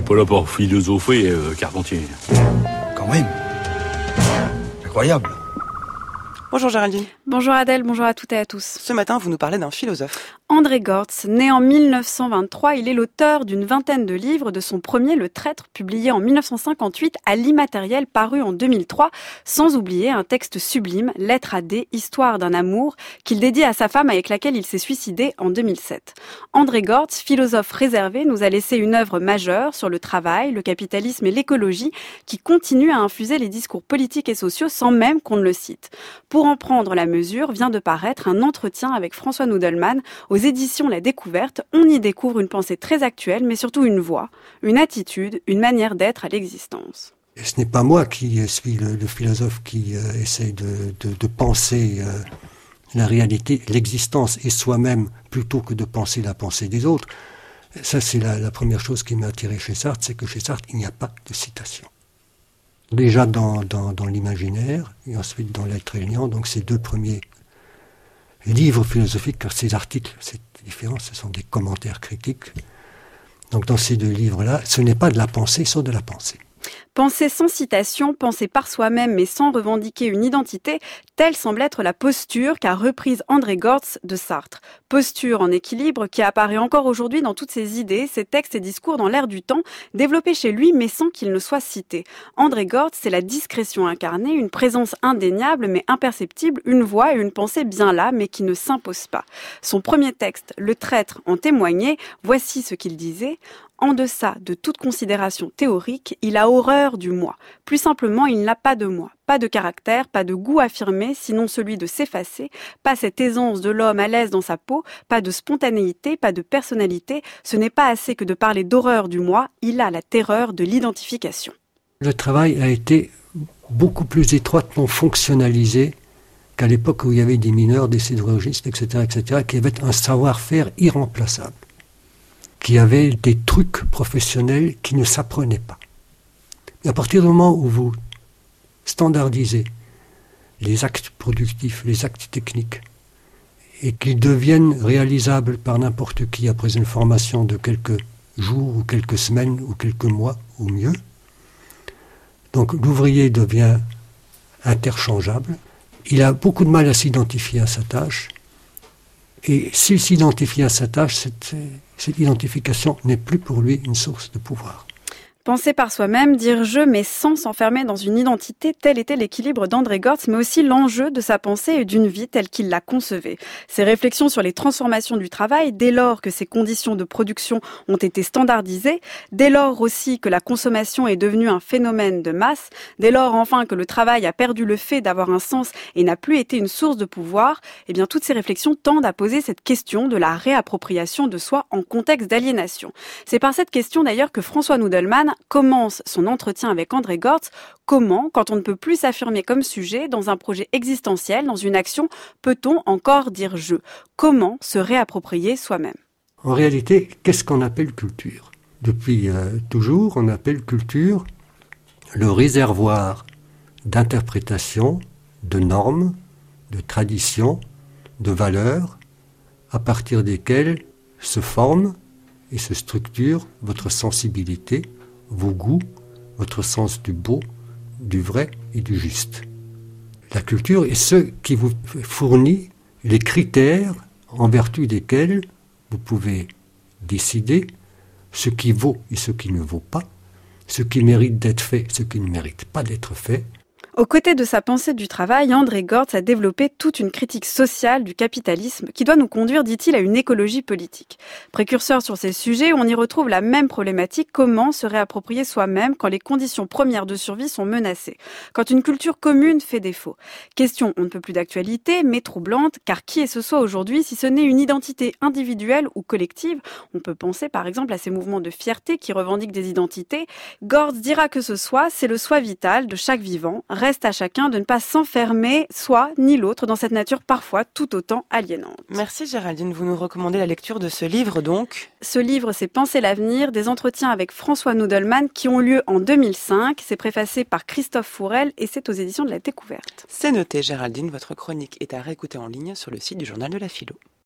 pas là pour philosopher, Carpentier. Quand même. Incroyable. Bonjour Géraldine. Bonjour Adèle, bonjour à toutes et à tous. Ce matin, vous nous parlez d'un philosophe. André Gortz, né en 1923, il est l'auteur d'une vingtaine de livres, de son premier, Le Traître, publié en 1958 à l'Immatériel, paru en 2003, sans oublier un texte sublime, Lettre à D, Histoire d'un amour, qu'il dédie à sa femme avec laquelle il s'est suicidé en 2007. André Gortz, philosophe réservé, nous a laissé une œuvre majeure sur le travail, le capitalisme et l'écologie, qui continue à infuser les discours politiques et sociaux sans même qu'on ne le cite. Pour en prendre la mesure, vient de paraître un entretien avec François Nudelman aux éditions La Découverte. On y découvre une pensée très actuelle, mais surtout une voix, une attitude, une manière d'être à l'existence. Et ce n'est pas moi qui suis le philosophe qui essaye de penser la réalité, l'existence et soi-même, plutôt que de penser la pensée des autres. Ça, c'est la première chose qui m'a attiré chez Sartre, c'est que chez Sartre, il n'y a pas de citation. Déjà dans l'imaginaire, et ensuite dans l'être et le néant, donc ces deux premiers livres philosophiques, car ces articles, c'est différent, ce sont des commentaires critiques. Donc dans ces deux livres-là, ce n'est pas de la pensée, c'est de la pensée. Penser sans citation, penser par soi-même mais sans revendiquer une identité, telle semble être la posture qu'a reprise André Gortz de Sartre. Posture en équilibre qui apparaît encore aujourd'hui dans toutes ses idées, ses textes et discours dans l'air du temps, développés chez lui mais sans qu'il ne soit cité. André Gortz, c'est la discrétion incarnée, une présence indéniable mais imperceptible, une voix et une pensée bien là mais qui ne s'impose pas. Son premier texte, Le Traître, en témoignait, voici ce qu'il disait. En deçà de toute considération théorique, il a horreur du moi. Plus simplement, il n'a pas de moi, pas de caractère, pas de goût affirmé, sinon celui de s'effacer, pas cette aisance de l'homme à l'aise dans sa peau, pas de spontanéité, pas de personnalité. Ce n'est pas assez que de parler d'horreur du moi, il a la terreur de l'identification. Le travail a été beaucoup plus étroitement fonctionnalisé qu'à l'époque où il y avait des mineurs, des sidérurgistes, etc., qui avaient un savoir-faire irremplaçable, qui avaient des trucs professionnels qui ne s'apprenaient pas. Et à partir du moment où vous standardisez les actes productifs, les actes techniques, et qu'ils deviennent réalisables par n'importe qui après une formation de quelques jours ou quelques semaines ou quelques mois ou mieux, donc l'ouvrier devient interchangeable, il a beaucoup de mal à s'identifier à sa tâche, et s'il s'identifie à sa tâche, cette identification n'est plus pour lui une source de pouvoir. Penser par soi-même, dire je, mais sans s'enfermer dans une identité, tel était l'équilibre d'André Gortz, mais aussi l'enjeu de sa pensée et d'une vie telle qu'il la concevait. Ses réflexions sur les transformations du travail, dès lors que ces conditions de production ont été standardisées, dès lors aussi que la consommation est devenue un phénomène de masse, dès lors enfin que le travail a perdu le fait d'avoir un sens et n'a plus été une source de pouvoir, eh bien toutes ces réflexions tendent à poser cette question de la réappropriation de soi en contexte d'aliénation. C'est par cette question d'ailleurs que François Nudelman commence son entretien avec André Gortz. Comment, quand on ne peut plus s'affirmer comme sujet dans un projet existentiel, dans une action, peut-on encore dire je ? Comment se réapproprier soi-même ? En réalité, qu'est-ce qu'on appelle culture ? Depuis toujours, on appelle culture le réservoir d'interprétation, de normes, de traditions, de valeurs, à partir desquelles se forme et se structure votre sensibilité, vos goûts, votre sens du beau, du vrai et du juste. La culture est ce qui vous fournit les critères en vertu desquels vous pouvez décider ce qui vaut et ce qui ne vaut pas, ce qui mérite d'être fait, ce qui ne mérite pas d'être fait. Aux côtés de sa pensée du travail, André Gortz a développé toute une critique sociale du capitalisme qui doit nous conduire, dit-il, à une écologie politique. Précurseur sur ces sujets, on y retrouve la même problématique, comment se réapproprier soi-même quand les conditions premières de survie sont menacées, quand une culture commune fait défaut. Question on ne peut plus d'actualité, mais troublante, car qui est ce soi aujourd'hui si ce n'est une identité individuelle ou collective ? On peut penser par exemple à ces mouvements de fierté qui revendiquent des identités. Gortz dira que ce soi, c'est le soi vital de chaque vivant. Reste à chacun de ne pas s'enfermer, soi ni l'autre, dans cette nature parfois tout autant aliénante. Merci Géraldine, vous nous recommandez la lecture de ce livre donc. Ce livre, c'est Penser l'avenir, des entretiens avec François Nudelman qui ont lieu en 2005. C'est préfacé par Christophe Fourel et c'est aux éditions de La Découverte. C'est noté Géraldine, votre chronique est à réécouter en ligne sur le site du Journal de la Philo.